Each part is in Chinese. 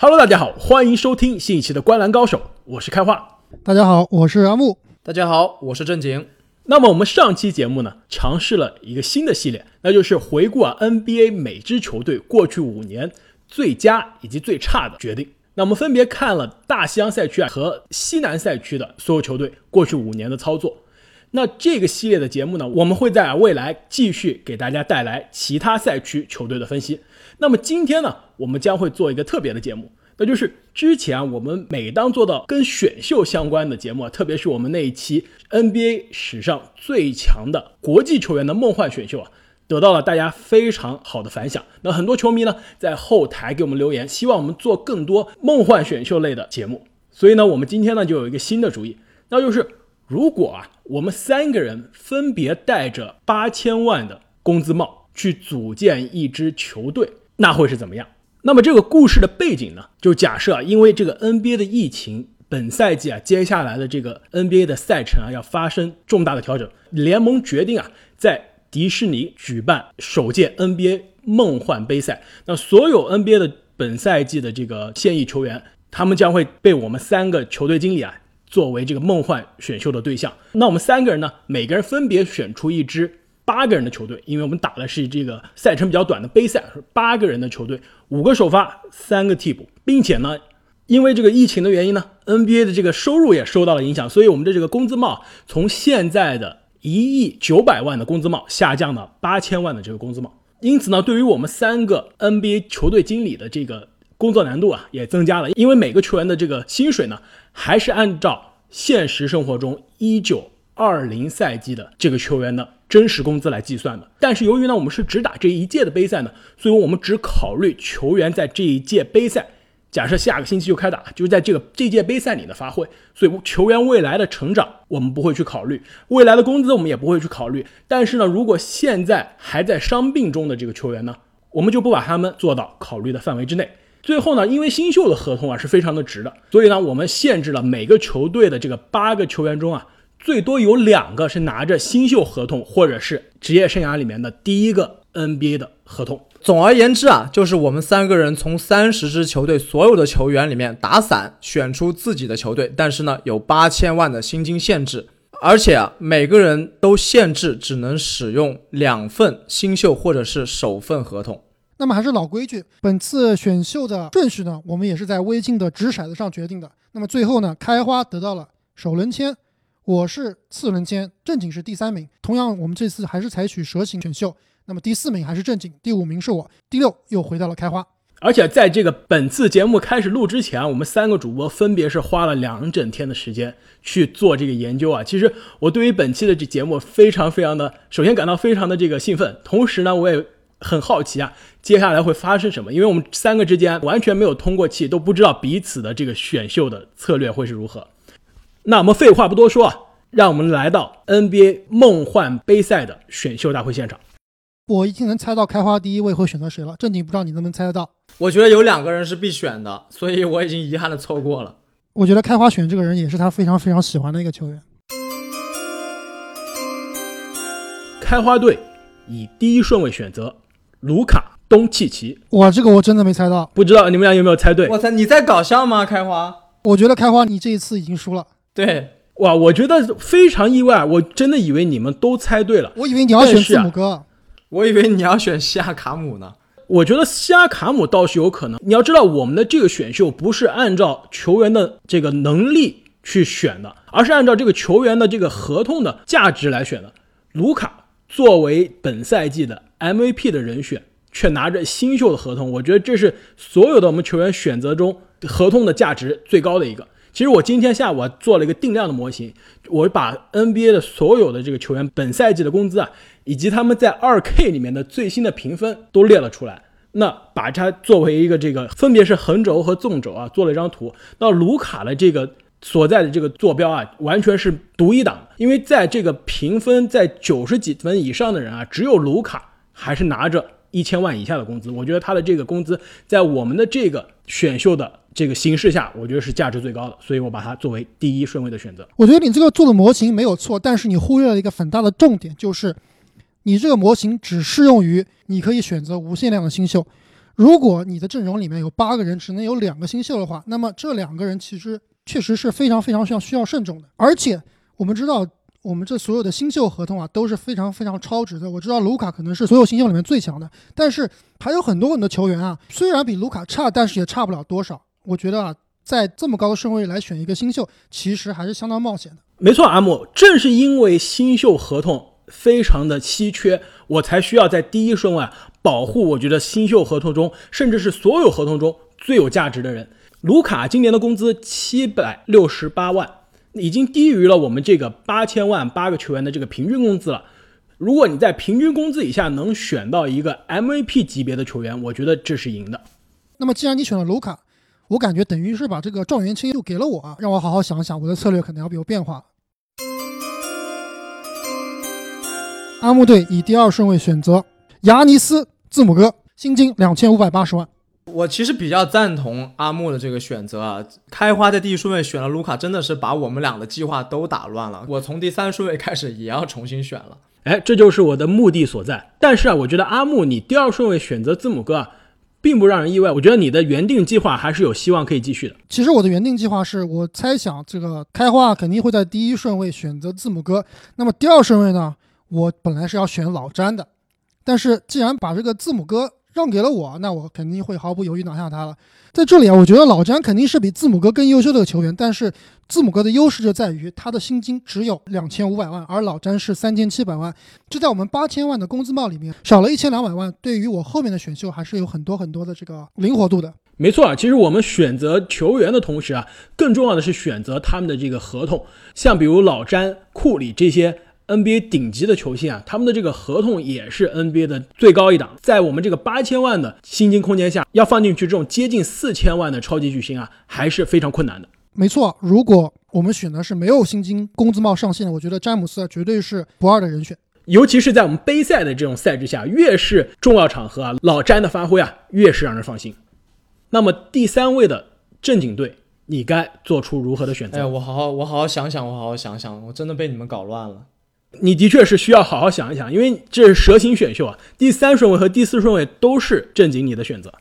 Hello， 大家好，欢迎收听新一期的观澜高手，我是开花。 大家好，我是阿木。 大家好，我是正经。 那么我们上期节目呢，尝试了一个新的系列，那就是回顾NBA 每支球队过去5年最佳以及最差的决定。那我们分别看了大西洋赛区和西南赛区的所有球队过去5年的操作。那这个系列的节目呢，我们会在未来继续给大家带来其他赛区球队的分析。那么今天呢，我们将会做一个特别的节目，那就是之前我们每当做到跟选秀相关的节目，特别是我们那一期 NBA 史上最强的国际球员的梦幻选秀得到了大家非常好的反响。那很多球迷呢在后台给我们留言，希望我们做更多梦幻选秀类的节目。所以呢，我们今天呢就有一个新的主意，那就是如果我们3个人分别带着8000万的工资帽去组建一支球队，那会是怎么样？那么这个故事的背景呢，就假设因为这个 NBA 的疫情，本赛季接下来的这个 NBA 的赛程要发生重大的调整，联盟决定在迪士尼举办首届 NBA 梦幻杯赛。那所有 NBA 的本赛季的这个现役球员，他们将会被我们3个球队经理作为这个梦幻选秀的对象。那我们3个人呢，每个人分别选出一支8个人的球队，因为我们打的是这个赛程比较短的杯赛，8个人的球队，5个首发，3个替补，并且呢，因为这个疫情的原因呢 ，NBA 的这个收入也受到了影响，所以我们的这个工资帽从现在的1.9亿的工资帽下降到8000万的这个工资帽。因此呢，对于我们3个 NBA 球队经理的这个工作难度也增加了，因为每个球员的这个薪水呢，还是按照现实生活中1920赛季的这个球员的真实工资来计算的。但是由于呢，我们是只打这一届的杯赛呢，所以我们只考虑球员在这一届杯赛，假设下个星期就开打，就是在这届杯赛里的发挥，所以球员未来的成长我们不会去考虑，未来的工资我们也不会去考虑。但是呢，如果现在还在伤病中的这个球员呢，我们就不把他们做到考虑的范围之内。最后呢，因为新秀的合同是非常的值的，所以呢，我们限制了每个球队的这个8个球员中最多有2个是拿着新秀合同，或者是职业生涯里面的第一个 NBA 的合同。 总而言之就是我们3个人从30支球队所有的球员里面打散选出自己的球队，但是呢，有8000万的薪金限制，而且每个人都限制只能使用2份新秀或者是首份合同。 那么还是老规矩，本次选秀的顺序呢，我们也是在微信的掷骰子上决定的。那么最后呢，开花得到了首轮签，我是次轮签，正经是第3名。同样我们这次还是采取蛇形选秀，那么第4名还是正经，第5名是我，第6又回到了开花。 而且在这个本次节目开始录之前，我们3个主播分别是花了2整天的时间去做这个研究其实我对于本期的这节目非常的，首先感到非常的这个兴奋，同时呢，我也很好奇接下来会发生什么，因为我们3个之间完全没有通过气，都不知道彼此的这个选秀的策略会是如何。那我们废话不多说让我们来到 NBA 梦幻杯赛的选秀大会现场。 我已经能猜到开花第1位会选择谁了，正经不知道你能不能猜得到。 我觉得有2个人是必选的，所以我已经遗憾的错过了。 我觉得开花选这个人也是他非常非常喜欢的一个球员。 开花队以第1顺位选择卢卡东契奇。 哇，这个我真的没猜到， 不知道你们俩有没有猜对？ 我猜你在搞笑吗？开花， 我觉得开花你这一次已经输了。 对， 哇，我觉得非常意外，我真的以为你们都猜对了。 我以为你要选字母哥， 我以为你要选西亚卡姆呢。 我觉得西亚卡姆倒是有可能。你要知道，我们的这个选秀不是按照球员的这个能力去选的，而是按照这个球员的这个合同的价值来选的。卢卡作为本赛季的 MVP 的人选，却拿着新秀的合同，我觉得这是所有的我们球员选择中合同的价值最高的一个。其实我今天下午做了一个定量的模型，我把 NBA 的所有的这个球员本赛季的工资以及他们在 2K 里面的最新的评分都列了出来，那把它作为一个这个分别是横轴和纵轴做了一张图。那卢卡的这个所在的这个坐标完全是独一档，因为在这个评分在90几分以上的人只有卢卡还是拿着1000万以下的工资。我觉得他的这个工资在我们的这个选秀的这个形势下，我觉得是价值最高的，所以我把它作为第1顺位的选择。 我觉得你这个做的模型没有错，但是你忽略了一个很大的重点，就是你这个模型只适用于你可以选择无限量的新秀。 如果你的阵容里面有8个人只能有2个新秀的话，那么这2个人其实确实是非常非常需要慎重的。而且我们知道我们这所有的新秀合同啊都是非常非常超值的。我知道卢卡可能是所有新秀里面最强的，但是还有很多的球员啊，虽然比卢卡差，但是也差不了多少。我觉得啊，在这么高的顺位来选一个新秀，其实还是相当冒险的。 没错，阿木，正是因为新秀合同非常的稀缺，我才需要在第一顺位保护我觉得新秀合同中，甚至是所有合同中最有价值的人。卢卡今年的工资768万，已经低于了我们这个8000万8个球员的这个平均工资了。如果你在平均工资以下能选到一个 MVP 级别的球员，我觉得这是赢的。 那么既然你选了卢卡，我感觉等于是把这个状元签又给了我啊，让我好好想想，我的策略可能要有变化。阿木队以第2顺位选择亚尼斯·字母哥，薪金2580万。 我其实比较赞同阿木的这个选择啊，开花在第1顺位选了卢卡，真的是把我们俩的计划都打乱了。我从第3顺位开始也要重新选了。 这就是我的目的所在。但是我觉得阿木你第2顺位选择字母哥并不让人意外，我觉得你的原定计划还是有希望可以继续的。 其实我的原定计划是我猜想这个开花肯定会在第1顺位选择字母哥，那么第2顺位呢，我本来是要选老詹的，但是既然把这个字母哥让给了我，那我肯定会毫不犹豫拿下他了。在这里我觉得老詹肯定是比字母哥更优秀的球员，但是字母哥的优势就在于他的薪金只有2500万，而老詹是3700万，这在我们8000万的工资帽里面少了1200万，对于我后面的选秀还是有很多很多的这个灵活度的。 没错，其实我们选择球员的同时更重要的是选择他们的这个合同。像比如老詹、库里这些NBA 顶级的球星他们的这个合同也是 NBA 的最高一档，在我们这个8000万的薪金空间下，要放进去这种接近4000万的超级巨星还是非常困难的。 没错，如果我们选的是没有薪金工资帽上限的，我觉得詹姆斯绝对是不二的人选。 尤其是在我们杯赛的这种赛制下，越是重要场合老詹的发挥越是让人放心。那么第3位的正经队，你该做出如何的选择？ 我好好想想，我真的被你们搞乱了。 你的确是需要好好想一想，因为这是蛇形选秀第3顺位和第4顺位都是正经你的选择。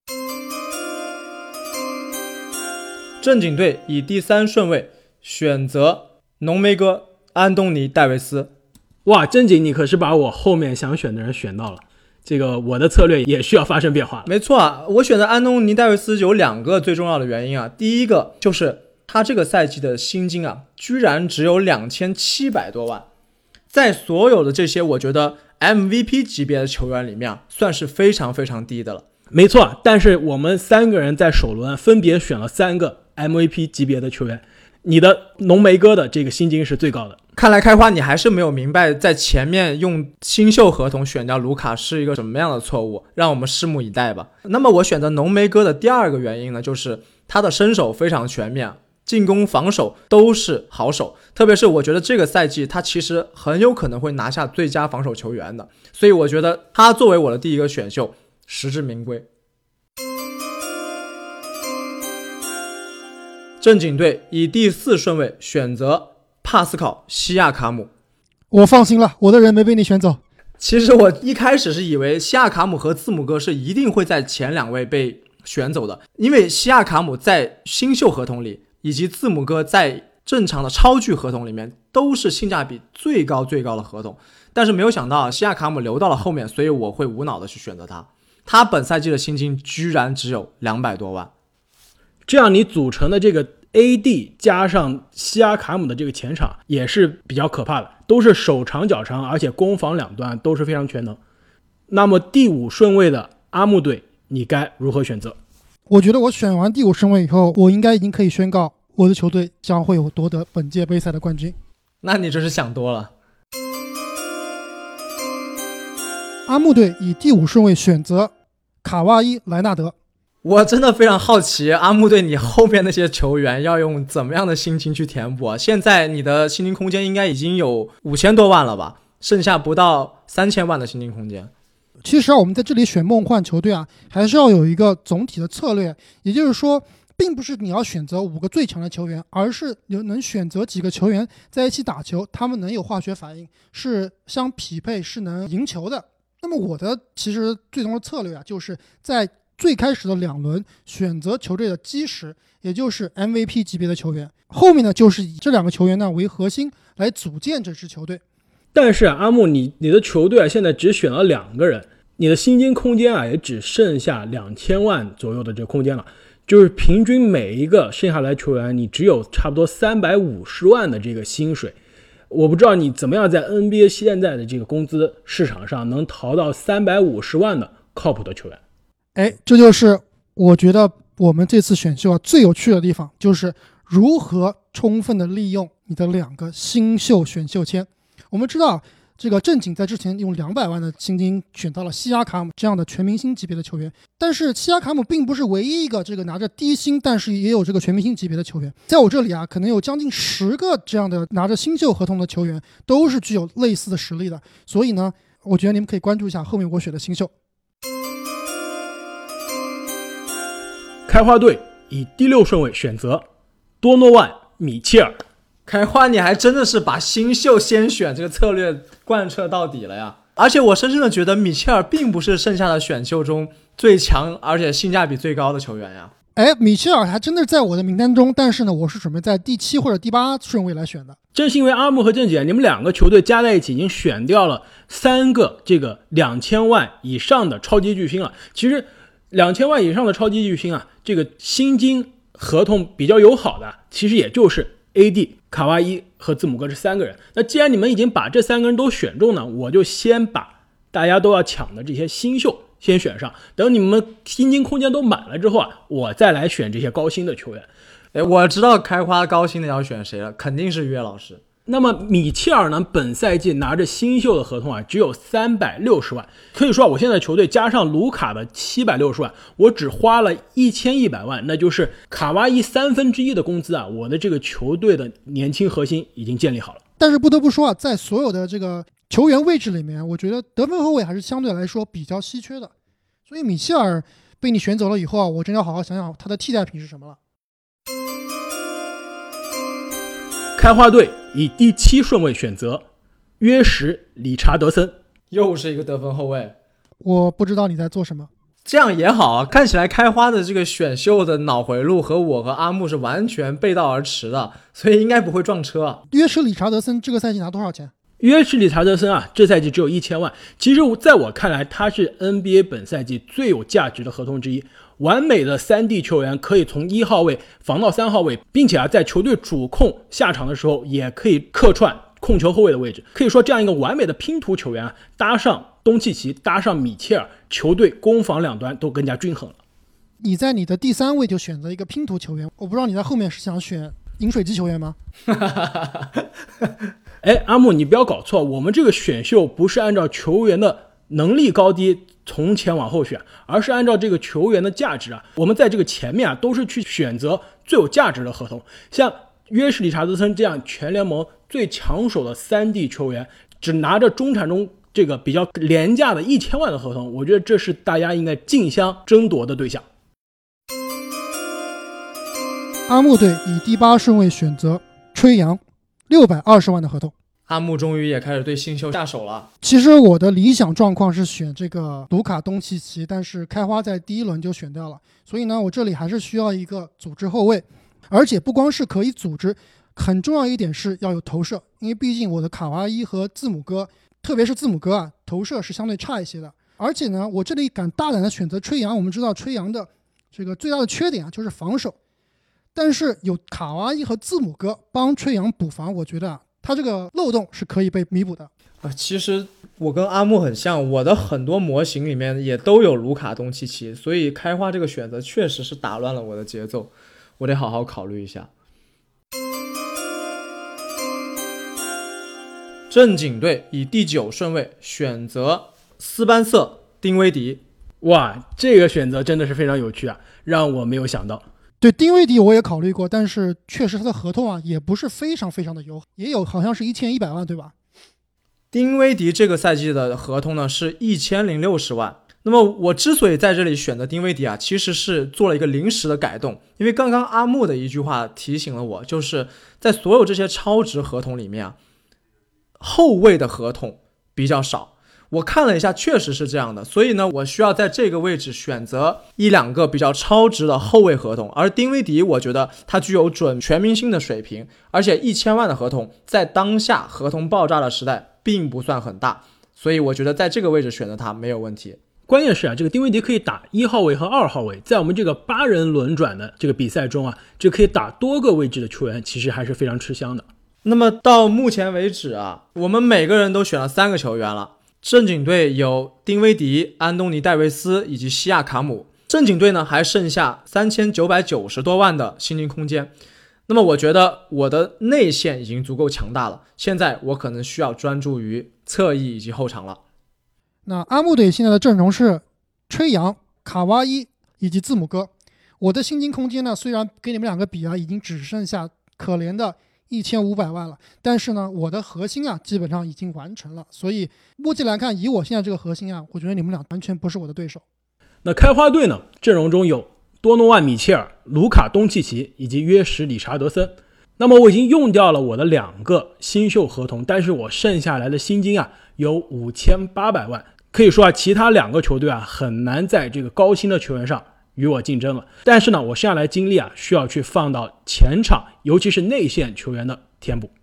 正经队以第3顺位选择浓眉哥安东尼戴维斯。 哇，正经你可是把我后面想选的人选到了，这个我的策略也需要发生变化了。 没错我选择安东尼戴维斯有2个最重要的原因第一个就是他这个赛季的薪金居然只有2700多万，在所有的这些我觉得 MVP 级别的球员里面算是非常非常低的了。 没错，但是我们3个人在首轮分别选了3个 MVP 级别的球员，你的浓眉哥的这个薪金是最高的。 看来开花你还是没有明白在前面用新秀合同选掉卢卡是一个什么样的错误，让我们拭目以待吧。那么我选择浓眉哥的第2个原因呢，就是他的身手非常全面，进攻防守都是好手，特别是我觉得这个赛季他其实很有可能会拿下最佳防守球员的，所以我觉得他作为我的第1个选秀实至名归。正经队以第4顺位选择帕斯考西亚卡姆。 我放心了，我的人没被你选走。 其实我一开始是以为西亚卡姆和字母哥是一定会在前2位被选走的，因为西亚卡姆在新秀合同里以及字母哥在正常的超巨合同里面都是性价比最高的合同，但是没有想到西亚卡姆留到了后面，所以我会无脑的去选择他。他本赛季的薪金居然只有200多万， 这样你组成的这个 AD 加上西亚卡姆的这个前场也是比较可怕的，都是手长脚长，而且攻防两端都是非常全能。那么第5顺位的阿木队，你该如何选择？ 我觉得我选完第5顺位以后，我应该已经可以宣告我的球队将会有夺得本届杯赛的冠军。 那你这是想多了。 阿木队以第5顺位选择卡哇伊·莱纳德。 我真的非常好奇阿木队你后面那些球员要用怎么样的薪金去填补现在你的薪金空间应该已经有5000多万了吧，剩下不到3000万的薪金空间。 其实我们在这里选梦幻球队还是要有一个总体的策略，也就是说并不是你要选择5个最强的球员，而是能选择几个球员在一起打球，他们能有化学反应，是相匹配，是能赢球的。那么我的其实最终的策略就是在最开始的2轮选择球队的基石，也就是 MVP 级别的球员，后面呢就是以这2个球员呢为核心来组建这支球队。 但是阿木，你的球队现在只选了2个人，你的薪金空间也只剩下2000万左右的这个空间了，就是平均每一个剩下来球员你只有差不多350万的这个薪水。我不知道你怎么样在 NBA 现在的这个工资市场上能淘到350万的靠谱的球员。 这就是我觉得我们这次选秀最有趣的地方，就是如何充分的利用你的2个新秀选秀签。我们知道这个正经在之前用200万的薪金选到了西亚卡姆这样的全明星级别的球员，但是西亚卡姆并不是唯一一个这个拿着低薪但是也有这个全明星级别的球员。在我这里可能有将近10个这样的拿着新秀合同的球员都是具有类似的实力的，所以呢，我觉得你们可以关注一下后面我选的新秀。 开花队以第6顺位选择多诺万·米切尔。 开花，你还真的是把新秀先选这个策略贯彻到底了呀！而且我深深的觉得米切尔并不是剩下的选秀中最强而且性价比最高的球员呀。 米切尔还真的在我的名单中，但是呢，我是准备在第7或者第8顺位来选的。 正是因为阿木和郑姐，你们2个球队加在一起已经选掉了3个这个2000万以上的超级巨星了。其实2000万以上的超级巨星这个薪金合同比较友好的，其实也就是 AD、卡哇伊和字母哥这3个人。那既然你们已经把这3个人都选中呢，我就先把大家都要抢的这些新秀先选上，等你们薪金空间都满了之后我再来选这些高薪的球员。 我知道开花高薪的要选谁了，肯定是约老师。 那么米切尔呢，本赛季拿着新秀的合同只有360万，可以说我现在球队加上卢卡的760万，我只花了1100万，那就是卡哇伊1/3的工资我的这个球队的年轻核心已经建立好了。 但是不得不说在所有的这个球员位置里面，我觉得得分后卫还是相对来说比较稀缺的，所以米切尔被你选走了以后我真的要好好想想他的替代品是什么了。 开花队以第7顺位选择约什·理查德森。 又是一个得分后卫。 我不知道你在做什么。 这样也好看起来开花的这个选秀的脑回路和我和阿木是完全背道而驰的，所以应该不会撞车。 约什·理查德森这个赛季拿多少钱？ 约什·理查德森这赛季只有1000万。其实在我看来，他是 NBA 本赛季最有价值的合同之一。完美的3D 球员，可以从1号位防到3号位，并且在球队主控下场的时候也可以客串控球后卫的位置。可以说这样一个完美的拼图球员搭上东契奇，搭上米切尔，球队攻防两端都更加均衡了。 你在你的第3位就选择一个拼图球员，我不知道你在后面是想选饮水机球员吗？ 阿木，你不要搞错，我们这个选秀不是按照球员的能力高低从前往后选，而是按照这个球员的价值我们在这个前面都是去选择最有价值的合同。像约什·理查德森这样全联盟最抢手的3D 球员，只拿着中产中这个比较廉价的1000万的合同，我觉得这是大家应该竞相争夺的对象。 阿木队以第8顺位选择吹杨，620万的合同。 阿木终于也开始对新秀下手了。 其实我的理想状况是选这个卢卡东契奇，但是开花在第1轮就选掉了，所以呢，我这里还是需要一个组织后卫，而且不光是可以组织，很重要一点是要有投射，因为毕竟我的卡哇伊和字母哥，特别是字母哥投射是相对差一些的。而且呢，我这里敢大胆的选择吹杨，我们知道吹杨的这个最大的缺点就是防守，但是有卡哇伊和字母哥帮吹杨补防，我觉得他这个漏洞是可以被弥补的。 其实我跟阿木很像，我的很多模型里面也都有卢卡东契奇，所以开花这个选择确实是打乱了我的节奏，我得好好考虑一下。正经队以第9顺位选择斯班瑟·丁威迪。 哇，这个选择真的是非常有趣让我没有想到。 对，丁威迪我也考虑过，但是确实他的合同也不是非常非常的友好，也有好像是1100万，对吧？ 丁威迪这个赛季的合同呢是1060万。那么我之所以在这里选择丁威迪其实是做了一个临时的改动，因为刚刚阿木的一句话提醒了我，就是在所有这些超值合同里面后卫的合同比较少。 我看了一下，确实是这样的，所以呢，我需要在这个位置选择一两个比较超值的后卫合同。而丁威迪，我觉得他具有准全明星的水平，而且1000万的合同在当下合同爆炸的时代并不算很大，所以我觉得在这个位置选择他没有问题。 关键是这个丁威迪可以打1号位和2号位，在我们这个8人轮转的这个比赛中这可以打多个位置的球员，其实还是非常吃香的。 那么到目前为止我们每个人都选了3个球员了。正经队有丁威迪、安东尼戴维斯以及西亚卡姆。正经队呢还剩下3990多万的薪金空间。那么我觉得我的内线已经足够强大了，现在我可能需要专注于侧翼以及后场了。 那阿木队现在的阵容是吹杨、卡哇伊以及字母哥。我的薪金空间呢，虽然跟你们两个比已经只剩下可怜的1500万了，但是呢，我的核心基本上已经完成了，所以目前来看，以我现在这个核心我觉得你们俩完全不是我的对手。 那开花队呢，阵容中有多诺万·米切尔、卢卡·东契奇以及约什·理查德森。那么我已经用掉了我的2个新秀合同，但是我剩下来的薪金有5800万，可以说其他2个球队很难在这个高薪的球员上与我竞争了。但是呢，我剩下来精力需要去放到前场，尤其是内线球员的填补。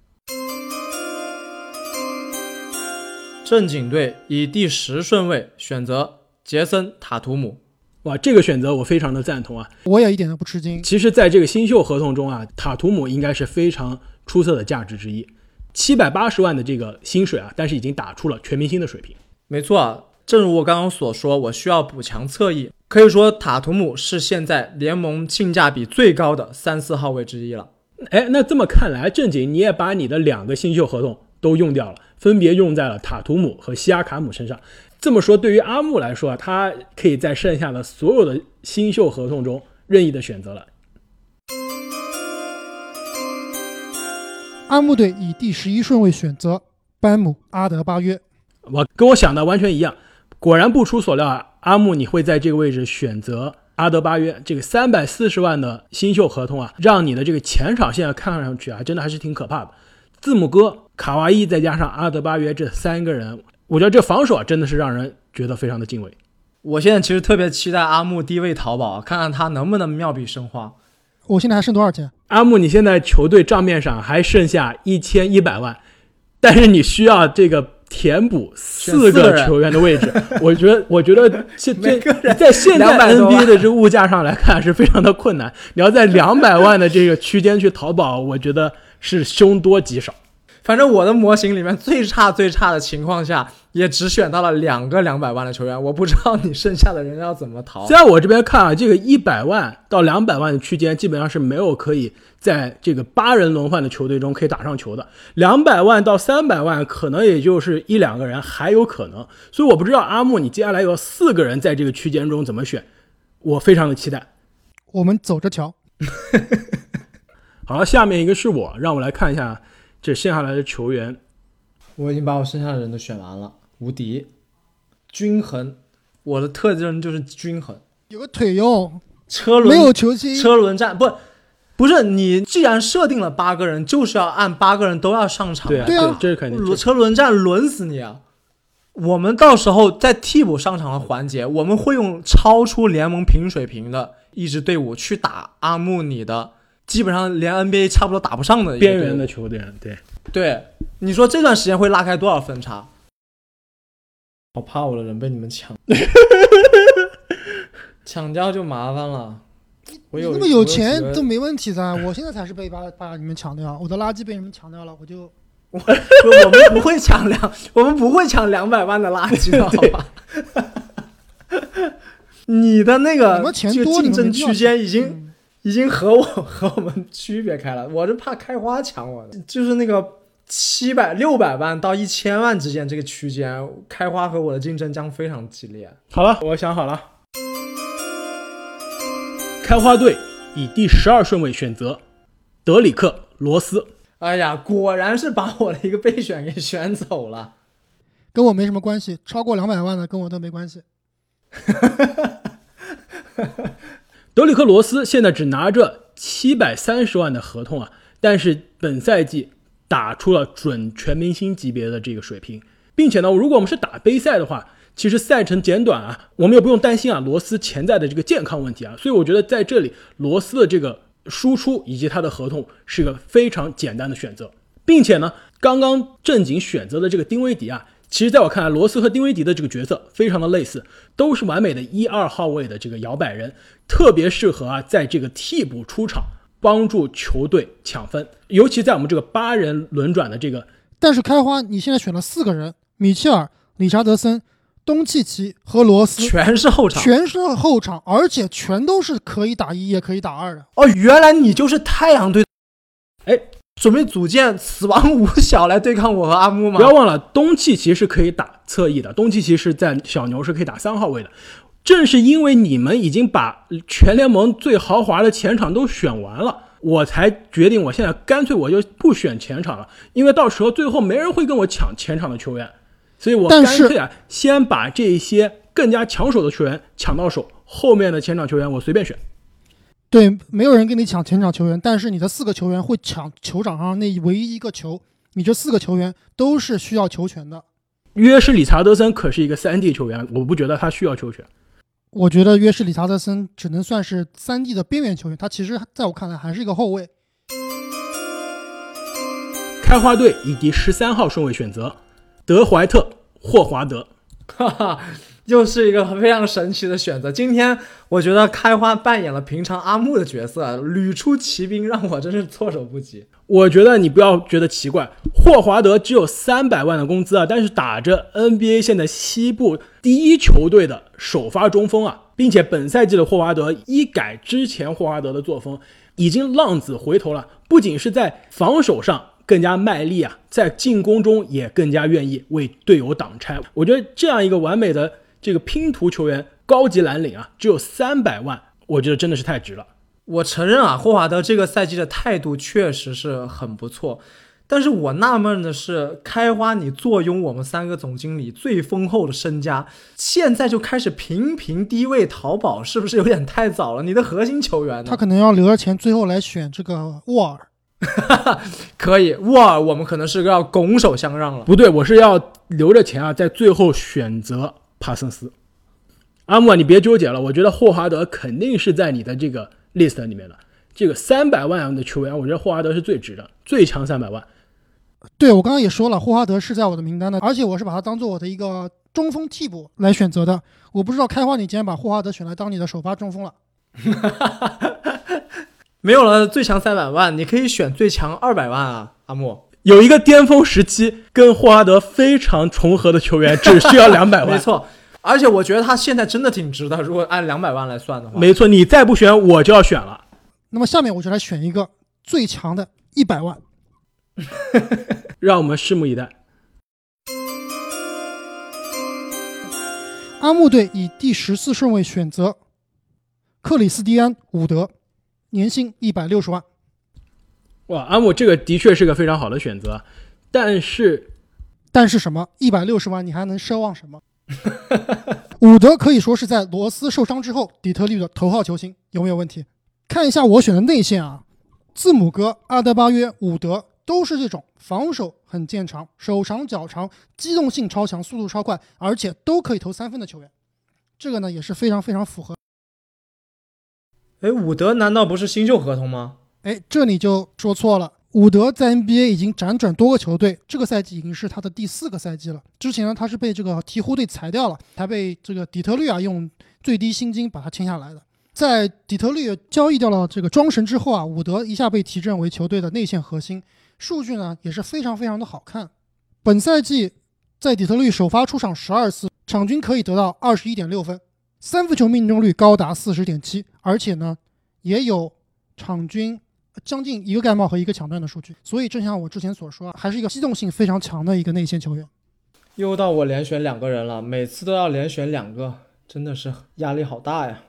正经队以第10顺位选择杰森·塔图姆。 哇，这个选择我非常的赞同我也一点都不吃惊。 其实在这个新秀合同中塔图姆应该是非常出色的价值之一，780万的这个薪水但是已经打出了全明星的水平。 没错正如我刚刚所说，我需要补强侧翼，可以说塔图姆是现在联盟性价比最高的3、4号位之一了。 那这么看来，正经你也把你的2个新秀合同都用掉了，分别用在了塔图姆和西亚卡姆身上。这么说，对于阿木来说他可以在剩下的所有的新秀合同中任意的选择了。 阿木队以第11顺位选择班姆·阿德巴约。 跟我想的完全一样，果然不出所料阿木你会在这个位置选择阿德巴约。这个340万的新秀合同让你的这个前场现在看上去真的还是挺可怕的。字母哥、卡哇伊再加上阿德巴约这3个人，我觉得这防守真的是让人觉得非常的敬畏。 我现在其实特别期待阿木低位淘宝，看看他能不能妙笔生花。 我现在还剩多少钱？ 阿木你现在球队账面上还剩下1100万，但是你需要这个填补4个球员的位置。我觉得在现在 NBA 的这物价上来看是非常的困难。你要在200万的这个区间去淘宝，我觉得是凶多吉少。 反正我的模型里面最差的情况下也只选到了2个200万的球员，我不知道你剩下的人要怎么淘。 在我这边看这个100万到200万的区间基本上是没有可以在这个8人轮换的球队中可以打上球的。200万到300万可能也就是1-2个人还有可能，所以我不知道阿木你接下来有4个人在这个区间中怎么选，我非常的期待。 我们走着瞧。 好了，下面一个是我，让我来看一下这剩下来的球员。 我已经把我剩下的人都选完了。无敌，均衡，我的特征就是均衡， 有个腿用， 车轮没有球星， 车轮战不是你既然设定了8个人，就是要按8个人都要上场。 对啊， 这是肯定。 车轮战轮死你啊！我们到时候在替补上场的环节，我们会用超出联盟平水平的一支队伍去打阿木你的基本上连 NBA 差不多打不上的一个边缘的球队。 对，你说这段时间会拉开多少分差？好怕我的人被你们抢，抢掉就麻烦了。 你那么有钱都没问题的，我现在才是被把你们抢掉，我的垃圾被你们抢掉了，我们不会抢200万的垃圾的，好吧？你的那个竞争区间已经和我们区别开了，我是怕开花抢我的，就是那个600万到1000万之间这个区间，开花和我的竞争将非常激烈。 好了，我想好了，开花队以第12顺位选择德里克·罗斯。 哎呀，果然是把我的一个备选给选走了， 跟我没什么关系，超过200万的跟我都没关系。 德里克·罗斯现在只拿着730万的合同但是本赛季打出了准全明星级别的这个水平。 并且呢，如果我们是打杯赛的话，其实赛程简短啊，我们也不用担心啊罗斯潜在的这个健康问题啊，所以我觉得在这里罗斯的这个输出以及他的合同是个非常简单的选择，并且呢，刚刚正经选择的这个丁威迪啊，其实在我看来，罗斯和丁威迪的这个角色非常的类似，都是完美的1、2号位的这个摇摆人，特别适合啊在这个替补出场，帮助球队抢分，尤其在我们这个8人轮转的这个。 但是开花你现在选了4个人，米切尔、理查德森、东契奇和罗斯， 全是后场，而且全都是可以打1也可以打2的。 哦，原来你就是太阳队，准备组建死亡五小来对抗我和阿木吗？ 不要忘了，东契奇是可以打侧翼的，东契奇是在小牛是可以打3号位的。正是因为你们已经把全联盟最豪华的前场都选完了，我才决定我现在干脆我就不选前场了，因为到时候最后没人会跟我抢前场的球员，所以我干脆先把这些更加抢手的球员抢到手，后面的前场球员我随便选。 对，没有人跟你抢前场球员，但是你的4个球员会抢球场上那唯一一个球，你这4个球员都是需要球权的。 约什理查德森可是一个3D 球员，我不觉得他需要球权。 我觉得约什理查德森只能算是3D 的边缘球员，他其实在我看来还是一个后卫。 开花队以第13号顺位选择德怀特·霍华德， 哈哈，又是一个非常神奇的选择。今天我觉得开花扮演了平常阿木的角色，屡出奇兵，让我真是措手不及。 我觉得你不要觉得奇怪，霍华德只有300万的工资啊，但是打着 NBA 现在西部第一球队的首发中锋啊，并且本赛季的霍华德一改之前霍华德的作风，已经浪子回头了，不仅是在防守上更加卖力啊，在进攻中也更加愿意为队友挡拆。我觉得这样一个完美的这个拼图球员，高级蓝领啊，只有300万，我觉得真的是太值了。 我承认啊，霍华德这个赛季的态度确实是很不错，但是我纳闷的是，开花你坐拥我们3个总经理最丰厚的身家，现在就开始频频低位淘宝，是不是有点太早了？你的核心球员呢？ 他可能要留着钱，最后来选这个沃尔。 可以，沃尔我们可能是要拱手相让了。 不对，我是要留着钱啊，在最后选择帕森斯。阿木啊，你别纠结了，我觉得霍华德肯定是在你的这个 list 里面的。这个300万的球员，我觉得霍华德是最值的，最强300万。 对，我刚刚也说了，霍华德是在我的名单的，而且我是把他当做我的一个中锋替补来选择的。我不知道开花你竟然把霍华德选来当你的首发中锋了。 没有了最强300万，你可以选最强200万啊，阿木。 有一个巅峰时期跟霍华德非常重合的球员，只需要200万。 没错，而且我觉得他现在真的挺值的，如果按200万来算的话。 没错，你再不选我就要选了。 那么下面我就来选一个最强的100万。 让我们拭目以待。 阿木队以第14顺位选择克里斯蒂安·伍德，年薪160万。 哇，阿木这个的确是个非常好的选择，但是什么？160万你还能奢望什么？伍德可以说是在罗斯受伤之后底特律的头号球星，有没有问题？看一下我选的内线啊，字母哥、阿德巴约、伍德都是这种防守很见长、手长脚长、机动性超强、速度超快，而且都可以投3分的球员。这个呢也是非常非常符合。 伍德难道不是新秀合同吗？ 这你就说错了。伍德在 NBA 已经辗转多个球队，这个赛季已经是他的第4个赛季了。之前呢，他是被这个鹈鹕队裁掉了，才被这个底特律用最低薪金把他签下来的。在底特律交易掉了这个庄神之后啊，伍德一下被提振为球队的内线核心，数据呢也是非常非常的好看。本赛季在底特律首发出场12次，场均可以得到 21.6 分，3分球命中率高达 40.7%， 而且呢也有场均将近1个盖帽和1个抢断的数据。所以正像我之前所说，还是一个机动性非常强的一个内线球员。 又到我连选2个人了，每次都要连选2个，真的是压力好大呀。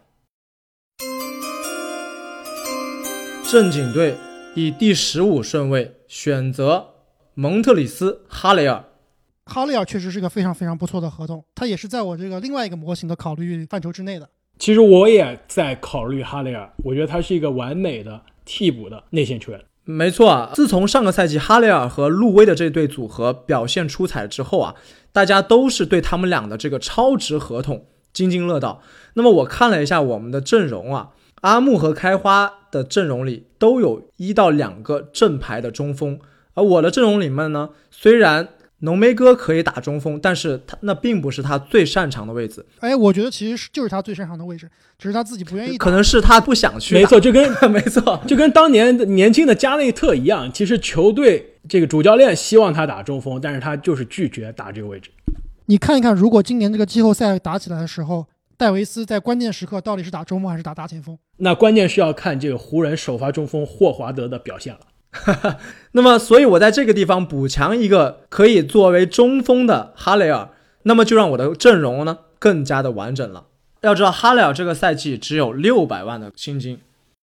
正经队以第15顺位选择蒙特里斯·哈雷尔。 哈雷尔确实是个非常非常不错的合同，他也是在我这个另外一个模型的考虑范畴之内的。 其实我也在考虑哈雷尔，我觉得他是一个完美的替补的内线球员。 没错啊，自从上个赛季哈雷尔和路威的这对组合表现出彩之后啊，大家都是对他们俩的这个超值合同津津乐道。那么我看了一下我们的阵容啊，阿木和开花的阵容里都有1到2个正牌的中锋，而我的阵容里面呢，虽然浓眉哥可以打中锋，但是那并不是他最擅长的位置。 我觉得其实就是他最擅长的位置，只是他自己不愿意打。 可能是他不想去打。 没错， 没错， 就跟当年年轻的加内特一样，其实球队这个主教练希望他打中锋，但是他就是拒绝打这个位置。 你看一看，如果今年这个季后赛打起来的时候，戴维斯在关键时刻到底是打中锋还是打大前锋？ 那关键是要看这个湖人首发中锋霍华德的表现了。 那么所以我在这个地方补强一个可以作为中锋的哈雷尔，那么就让我的阵容呢更加的完整了。要知道哈雷尔这个赛季只有600万的薪金。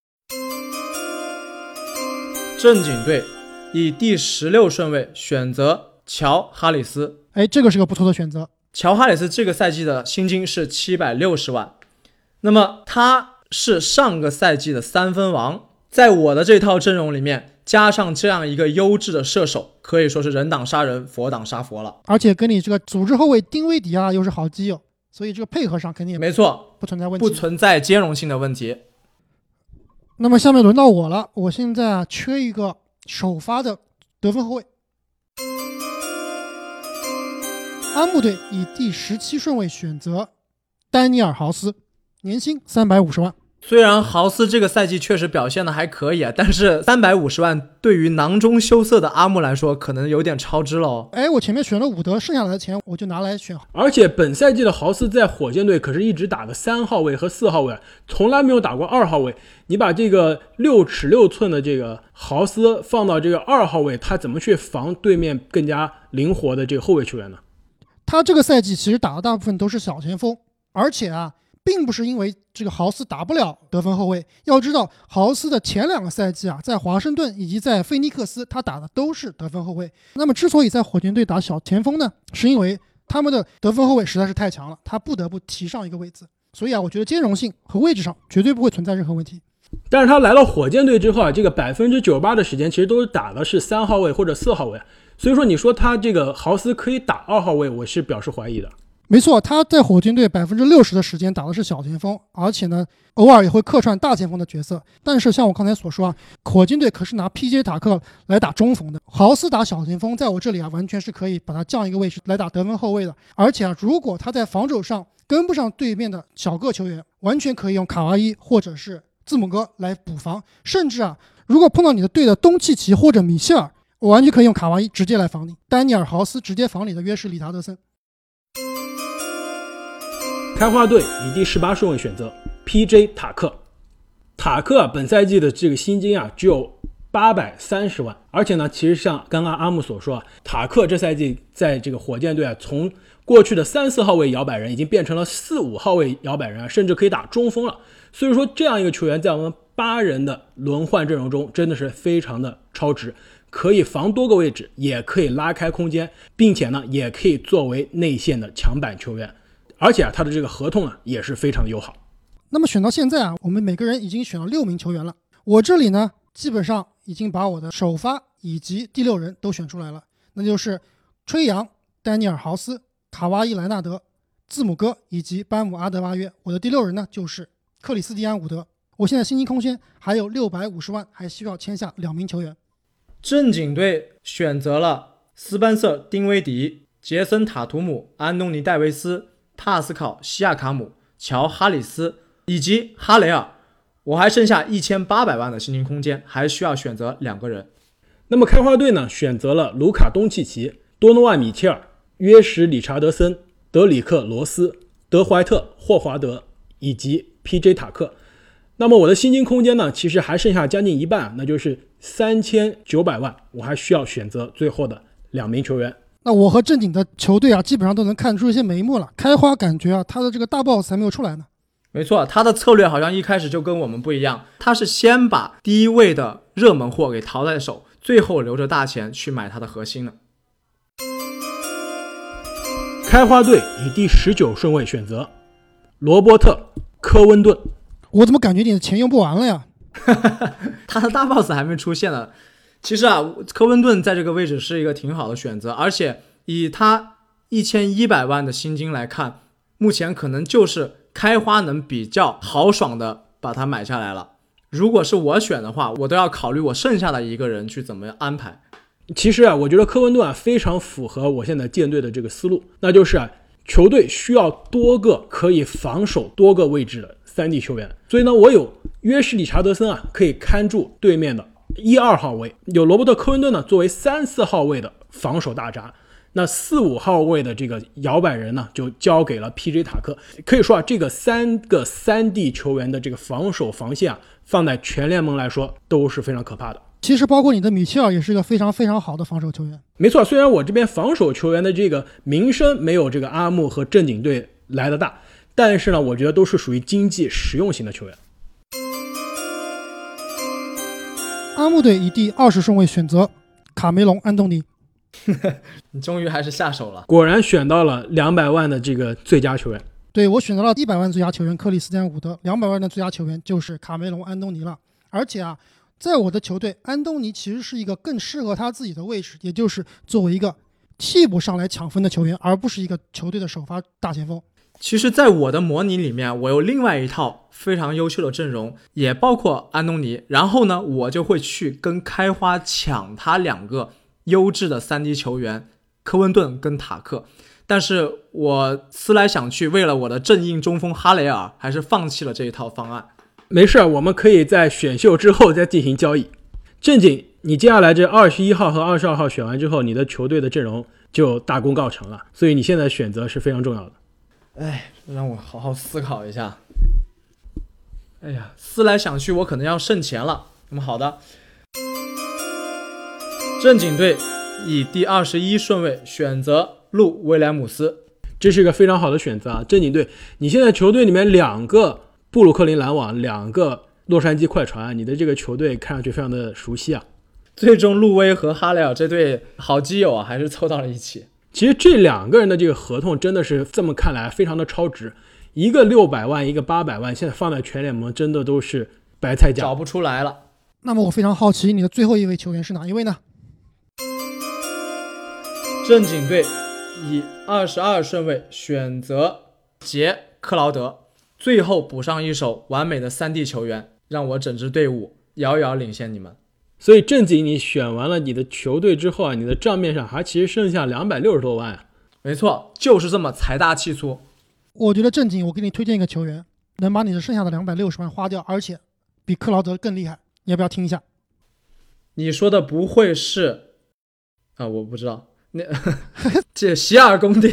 正经队以第16顺位选择乔哈里斯。 这个是个不错的选择。 乔哈里斯这个赛季的薪金是760万，那么他是上个赛季的3分王，在我的这套阵容里面加上这样一个优质的射手，可以说是人挡杀人，佛挡杀佛了。 而且跟你这个组织后卫丁威迪又是好基友，所以这个配合上肯定也没错， 不存在问题， 不存在兼容性的问题。 那么下面轮到我了，我现在缺一个首发的得分后卫。阿木队以第17顺位选择丹尼尔豪斯，年薪350万。 虽然豪斯这个赛季确实表现的还可以但是350万对于囊中羞涩的阿木来说可能有点超支了哦。 我前面选了伍德，剩下来的钱我就拿来选。 而且本赛季的豪斯在火箭队可是一直打的3号位和4号位，从来没有打过2号位。你把这个6尺6寸的这个豪斯放到这个2号位，他怎么去防对面更加灵活的这个后卫球员呢？ 他这个赛季其实打的大部分都是小前锋，而且并不是因为这个豪斯打不了得分后卫。要知道豪斯的前2个赛季在华盛顿以及在菲尼克斯他打的都是得分后卫。那么之所以在火箭队打小前锋呢，是因为他们的得分后卫实在是太强了，他不得不提上一个位置。所以我觉得兼容性和位置上绝对不会存在任何问题。 但是他来了火箭队之后这个98%的时间其实都打的是3号位或者4号位，所以说你说他这个豪斯可以打2号位，我是表示怀疑的。 没错，他在火箭队60%的时间打的是小前锋，而且呢偶尔也会客串大前锋的角色。但是像我刚才所说火箭队可是拿 PJ 塔克来打中锋的，豪斯打小前锋在我这里完全是可以把他降一个位置来打得分后卫的。而且如果他在防守上跟不上对面的小个球员，完全可以用卡哇伊或者是字母哥来补防，甚至如果碰到你的队的东契奇或者米切尔，我完全可以用卡哇伊直接来防你。丹尼尔豪斯直接防你的约什理查德森。 开花队以第18顺位选择 PJ 塔克。塔克本赛季的这个薪金只有830万，而且呢其实像刚刚阿木所说塔克这赛季在这个火箭队从过去的3、4号位摇摆人已经变成了4、5号位摇摆人甚至可以打中锋了。所以说这样一个球员在我们8人的轮换阵容中真的是非常的超值，可以防多个位置，也可以拉开空间，并且呢也可以作为内线的强板球员。而且他的这个合同也是非常友好。 那么选到现在我们每个人已经选了6名球员了。我这里呢基本上已经把我的首发以及第6人都选出来了，那就是吹杨、丹尼尔豪斯、卡哇伊莱纳德、字母哥以及班姆阿德巴约。我的第6人呢就是克里斯蒂安伍德。我现在薪金空间还有650万，还需要签下2名球员。 正经队选择了斯班瑟·丁威迪、杰森·塔图姆、安东尼·戴维斯、帕斯考·西亚卡姆、乔·哈里斯以及哈雷尔。我还剩下1800万的薪金空间，还需要选择2个人。 那么开花队呢选择了卢卡·东契奇、多诺万·米切尔、约什·理查德森、德里克·罗斯、德怀特·霍华德以及 PJ 塔克。那么我的薪金空间呢其实还剩下将近一半，那就是3900万，我还需要选择最后的2名球员。 那我和正经的球队基本上都能看出一些眉目了。开花感觉他的这个大 boss 还没有出来呢。 没错，他的策略好像一开始就跟我们不一样，他是先把第一位的热门货给淘在手，最后留着大钱去买他的核心呢。 开花队以第19顺位选择罗伯特·科温顿。 我怎么感觉你的钱用不完了呀？ 他的大 boss 还没出现呢， 其实啊，科温顿在这个位置是一个挺好的选择，而且以他1100万的薪金来看，目前可能就是开花能比较豪爽的把他买下来了。如果是我选的话，我都要考虑我剩下的一个人去怎么安排。 其实啊，我觉得科温顿啊非常符合我现在建队的这个思路，那就是啊，球队需要多个可以防守多个位置的3D 球员。所以呢，我有约什里查德森啊，可以看住对面的1、2号位；有罗伯特科温顿呢，作为3、4号位的防守大闸。那4、5号位的这个摇摆人呢，就交给了 PJ 塔克。可以说啊，这个3个3D 球员的这个防守防线啊，放在全联盟来说都是非常可怕的。 其实包括你的米切尔也是一个非常非常好的防守球员。 没错，虽然我这边防守球员的这个名声没有这个阿木和正经队来的大，但是呢，我觉得都是属于经济实用型的球员。 阿木队以第20顺位选择卡梅隆·安东尼。 你终于还是下手了， 果然选到了200万的这个最佳球员。 对，我选择了100万最佳球员克里斯蒂安·伍德，200万的最佳球员就是卡梅隆·安东尼了。而且啊，在我的球队，安东尼其实是一个更适合他自己的位置，也就是作为一个替补上来抢分的球员，而不是一个球队的首发大前锋。 其实在我的模拟里面，我有另外一套非常优秀的阵容，也包括安东尼，然后呢，我就会去跟开花抢他2个优质的3D 球员科温顿跟塔克。但是我思来想去，为了我的正印中锋哈雷尔，还是放弃了这一套方案。 没事，我们可以在选秀之后再进行交易。正经，你接下来这21号和22号选完之后，你的球队的阵容就大功告成了，所以你现在选择是非常重要的。 哎，让我好好思考一下。哎呀，思来想去，我可能要剩钱了。那么好的，正经队以第21顺位选择路威廉姆斯， 这是一个非常好的选择啊！正经队，你现在球队里面2个布鲁克林篮网，2个洛杉矶快船，你的这个球队看上去非常的熟悉啊。 最终路威和哈雷尔这对好基友啊，还是凑到了一起。 其实这2个人的这个合同真的是这么看来非常的超值，一个600万，一个800万，现在放在全联盟真的都是白菜价， 找不出来了。 那么我非常好奇，你的最后一位球员是哪一位呢？ 正经队以22顺位选择杰克劳德，最后补上一手完美的3D 球员，让我整支队伍遥遥领先你们。 所以正经你选完了你的球队之后啊，你的账面上还其实剩下260多万啊。 没错，就是这么财大气粗。 我觉得正经，我给你推荐一个球员，能把你的剩下的260万花掉，而且比克劳德更厉害，你要不要听一下？ 你说的不会是啊？我不知道，那这洗耳恭听。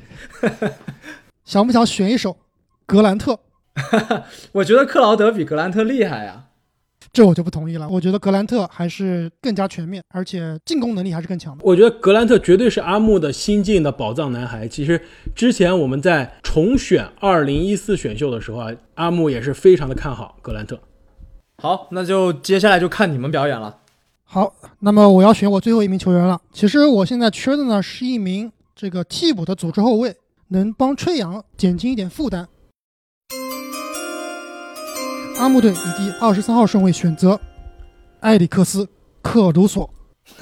想不想选一手格兰特？ 我觉得克劳德比格兰特厉害啊。 这我就不同意了，我觉得格兰特还是更加全面，而且进攻能力还是更强的。 我觉得格兰特绝对是阿木的新晋的宝藏男孩。其实之前我们在重选2014选秀的时候啊，阿木也是非常的看好格兰特。 好，那就接下来就看你们表演了。 好，那么我要选我最后一名球员了。其实我现在缺的呢是一名这个替补的组织后卫，能帮吹杨减轻一点负担。阿木队以第23号顺位选择埃里克斯·克鲁索。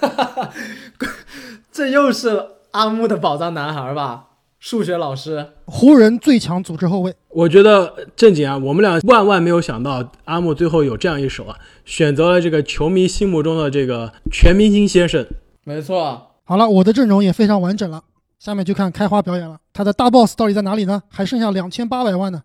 这又是阿木的宝藏男孩吧？数学老师， 湖人最强组织后卫。 我觉得正经啊，我们俩万没有想到阿木最后有这样一手啊，选择了这个球迷心目中的这个全明星先生。 没错。 好了，我的阵容也非常完整了，下面就看开花表演了。他的大 boss 到底在哪里呢？还剩下2800万呢。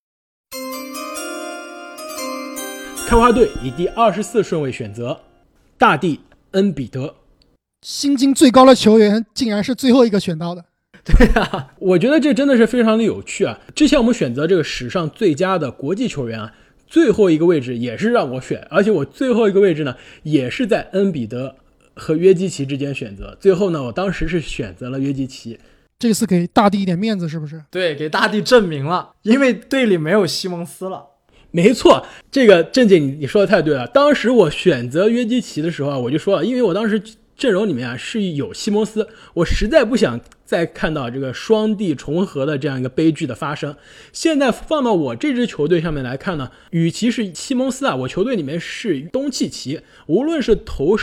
开花队以第24顺位选择大帝恩比德， 薪金最高的球员竟然是最后一个选到的。 对啊， 我觉得这真的是非常的有趣啊！之前我们选择这个史上最佳的国际球员啊，最后一个位置也是让我选，而且我最后一个位置呢，也是在恩比德和约基奇之间选择。最后呢，我当时是选择了约基奇。 这次给大帝一点面子是不是？ 对，给大帝证明了，因为队里没有西蒙斯了。 没错，这个正经你说的太对了。当时我选择约基奇的时候啊，我就说了，因为我当时阵容里面啊是有西蒙斯，我实在不想再看到这个双帝重合的这样一个悲剧的发生。现在放到我这支球队上面来看呢，与其是西蒙斯啊，我球队里面是东契奇，无论是投射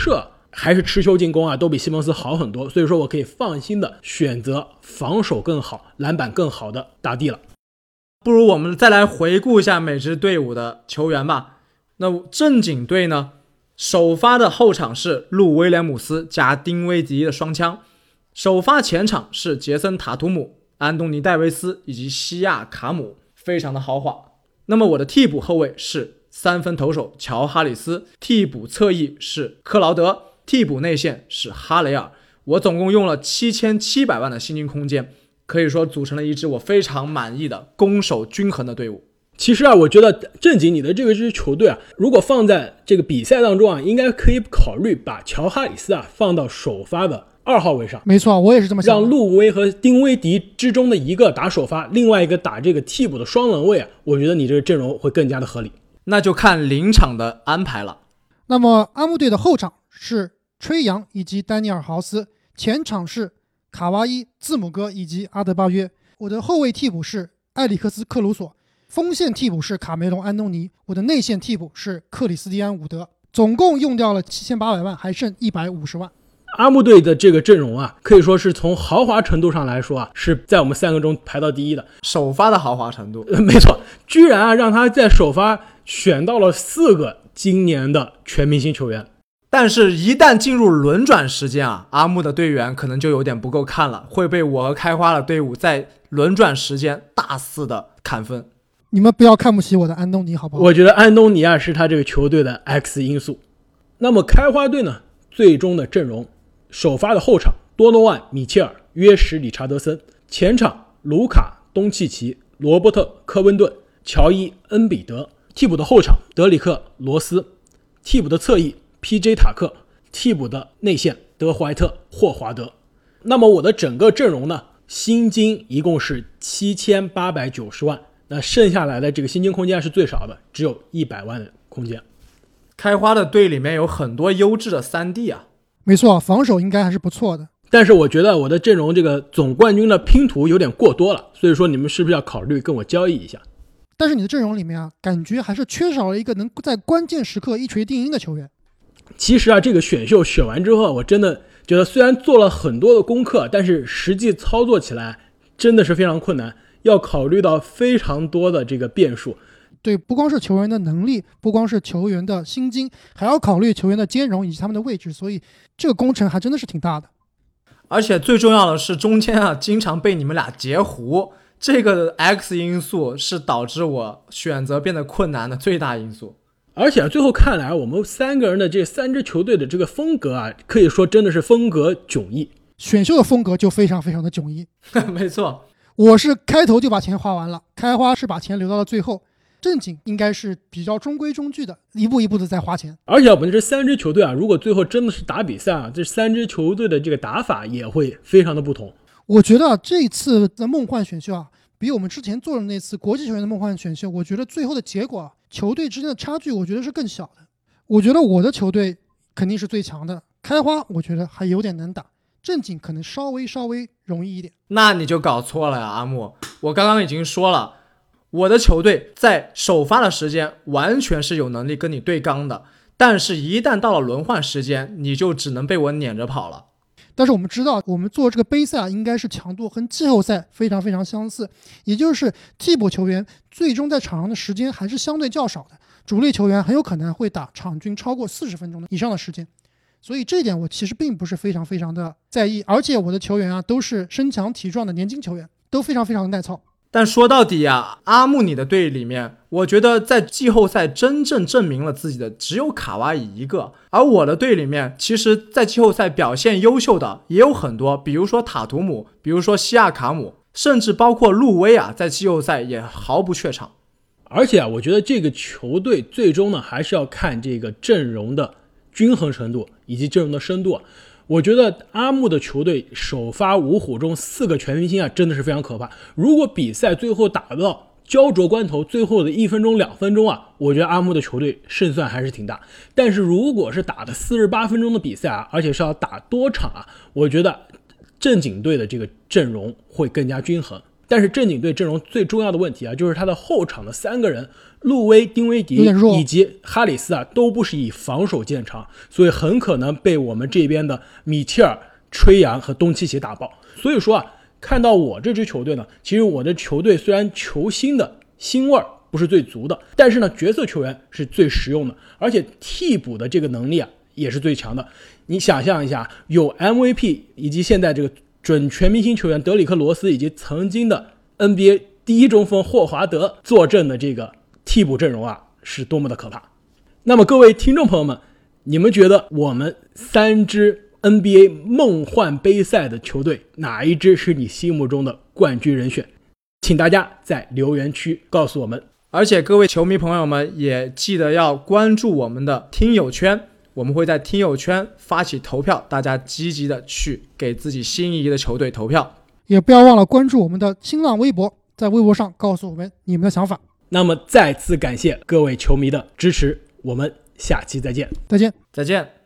还是持球进攻啊，都比西蒙斯好很多，所以说我可以放心的选择防守更好、篮板更好的大帝了。 不如我们再来回顾一下每支队伍的球员吧。那正经队呢，首发的后场是路威廉姆斯加丁威迪的双枪，首发前场是杰森塔图姆、安东尼戴维斯以及西亚卡姆，非常的豪华。那么我的替补后卫是三分投手乔哈里斯，替补侧翼是克劳德，替补内线是哈雷尔。我总共用了7700万的薪金空间，可以说组成了一支我非常满意的攻守均衡的队伍。 其实啊，我觉得正经你的这个支球队啊，如果放在这个比赛当中啊，应该可以考虑把乔哈里斯啊放到首发的2号位上。 没错，我也是这么想的。 让路威和丁威迪之中的一个打首发，另外一个打这个替补的双轮位啊，我觉得你这个阵容会更加的合理。 那就看临场的安排了。 那么阿木队的后场是吹杨以及丹尼尔豪斯，前场是卡哇伊、字母哥以及阿德巴约。我的后卫替补是埃里克斯克鲁索，锋线替补是卡梅隆安东尼，我的内线替补是克里斯蒂安伍德。总共用掉了7800万，还剩150万。 阿木队的这个阵容啊，可以说是从豪华程度上来说啊，是在我们3个中排到第一的。 首发的豪华程度， 没错，居然啊让他在首发选到了4个今年的全明星球员。 但是一旦进入轮转时间啊，阿木的队员可能就有点不够看了，会被我和开花的队伍在轮转时间大肆的砍分。 你们不要看不起我的安东尼好不好？ 我觉得安东尼啊是他这个球队的 X 因素。那么开花队呢，最终的阵容，首发的后场多诺万、米切尔、约什、理查德森，前场卢卡、东契奇、罗伯特、科温顿、乔伊、恩比德，替补的后场德里克、罗斯，替补的侧翼 PJ 塔克，替补的内线德怀特、霍华德。那么我的整个阵容呢，薪金一共是7890万，那剩下来的这个薪金空间是最少的，只有100万的空间。 开花的队里面有很多优质的3D 啊。 没错，防守应该还是不错的。 但是我觉得我的阵容这个总冠军的拼图有点过多了，所以说你们是不是要考虑跟我交易一下？ 但是你的阵容里面啊，感觉还是缺少了一个能在关键时刻一锤定音的球员。 其实啊，这个选秀选完之后，我真的觉得虽然做了很多的功课，但是实际操作起来真的是非常困难，要考虑到非常多的这个变数。 对，不光是球员的能力，不光是球员的薪金，还要考虑球员的兼容以及他们的位置，所以这个工程还真的是挺大的。 而且最重要的是中间啊，经常被你们俩截胡，这个 X 因素是导致我选择变得困难的最大因素。 而且最后看来，我们3个人的这3支球队的这个风格啊，可以说真的是风格迥异。 选秀的风格就非常非常的迥异。 没错， 我是开头就把钱花完了，开花是把钱留到了最后。正经应该是比较中规中矩的，一步一步的在花钱。 而且我们这3支球队啊，如果最后真的是打比赛啊，这3支球队的这个打法也会非常的不同。 我觉得这一次的梦幻选秀啊，比我们之前做的那次国际球员的梦幻选秀，我觉得最后的结果啊，球队之间的差距我觉得是更小的。我觉得我的球队肯定是最强的，开花我觉得还有点难打，正经可能稍微容易一点。 那你就搞错了呀，阿木。我刚刚已经说了，我的球队在首发的时间完全是有能力跟你对刚的，但是一旦到了轮换时间，你就只能被我撵着跑了。 但是我们知道，我们做这个杯赛应该是强度和季后赛非常非常相似，也就是替补球员最终在场上的时间还是相对较少的，主力球员很有可能会打场均超过40分钟以上的时间。所以这一点我其实并不是非常的在意，而且我的球员啊都是身强体壮的年轻球员，都非常的耐操。 但说到底啊，阿木你的队里面，我觉得在季后赛真正证明了自己的只有卡哇伊一个，而我的队里面其实在季后赛表现优秀的也有很多，比如说塔图姆，比如说西亚卡姆，甚至包括路威啊，在季后赛也毫不怯场。 而且啊，我觉得这个球队最终呢还是要看这个阵容的均衡程度以及阵容的深度啊。我觉得阿木的球队首发5虎中4个全明星啊，真的是非常可怕。如果比赛最后打到焦灼关头，最后的1分钟2分钟啊，我觉得阿木的球队胜算还是挺大。但是如果是打的48分钟的比赛啊，而且是要打多场啊，我觉得正经队的这个阵容会更加均衡。 但是正经队阵容最重要的问题啊，就是他的后场的3个人，路威、丁威迪以及哈里斯啊，都不是以防守见长，所以很可能被我们这边的米切尔、吹杨和东契奇打爆。所以说啊，看到我这支球队呢，其实我的球队虽然球星的腥味不是最足的，但是呢，角色球员是最实用的，而且替补的这个能力啊也是最强的。你想象一下，有 MVP 以及现在这个准全明星球员德里克罗斯以及曾经的 NBA 第一中锋霍华德坐镇的这个替补阵容啊，是多么的可怕。那么各位听众朋友们，你们觉得我们3支 NBA 梦幻杯赛的球队哪一支是你心目中的冠军人选？请大家在留言区告诉我们。 而且各位球迷朋友们也记得要关注我们的听友圈，我们会在听友圈发起投票，大家积极的去给自己心仪的球队投票。 也不要忘了关注我们的新浪微博，在微博上告诉我们你们的想法。 那么再次感谢各位球迷的支持，我们下期再见。 再见。 再见。